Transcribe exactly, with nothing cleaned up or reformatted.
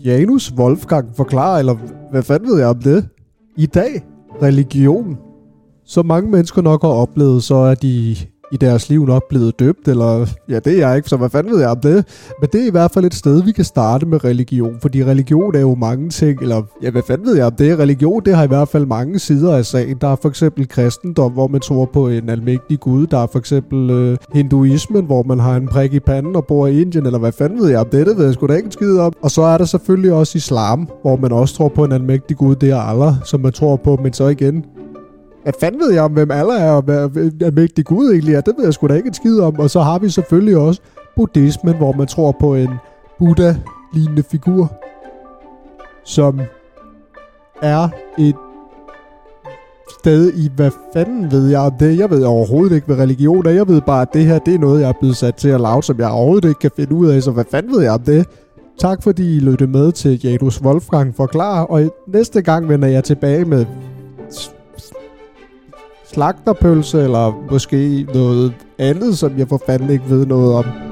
Janus Wolfgang forklarer, eller hvad fanden ved jeg om det? I dag, religion. Så mange mennesker nok har oplevet, så er de i deres liv nok blevet døbt, eller ja, det er jeg ikke, så hvad fanden ved jeg om det? Men det er i hvert fald et sted, vi kan starte med religion, fordi religion er jo mange ting, eller ja, hvad fanden ved jeg om det? Religion, det har i hvert fald mange sider af sagen. Der er for eksempel kristendom, hvor man tror på en almægtig gud. Der er for eksempel øh, hinduismen, hvor man har en prik i panden og bor i Indien, eller hvad fanden ved jeg om det? Det ved jeg sgu da ikke en skid om. Og så er der selvfølgelig også islam, hvor man også tror på en almægtig gud. Det er Allah, som man tror på, men så igen... Hvad fanden ved jeg om, hvem Allah er, og hvad almægtig Gud egentlig er? Det ved jeg sgu da ikke en skid om. Og så har vi selvfølgelig også buddhismen, hvor man tror på en Buddha-lignende figur, som er et sted i, hvad fanden ved jeg om det? Jeg ved overhovedet ikke, hvad religion er. Jeg ved bare, at det her, det er noget, jeg er blevet sat til at lave, som jeg overhovedet ikke kan finde ud af. Så hvad fanden ved jeg om det? Tak fordi I lyttede med til Janus Wolfgang forklarer, og næste gang vender jeg tilbage med slagterpølse, eller måske noget andet, som jeg for fanden ikke ved noget om.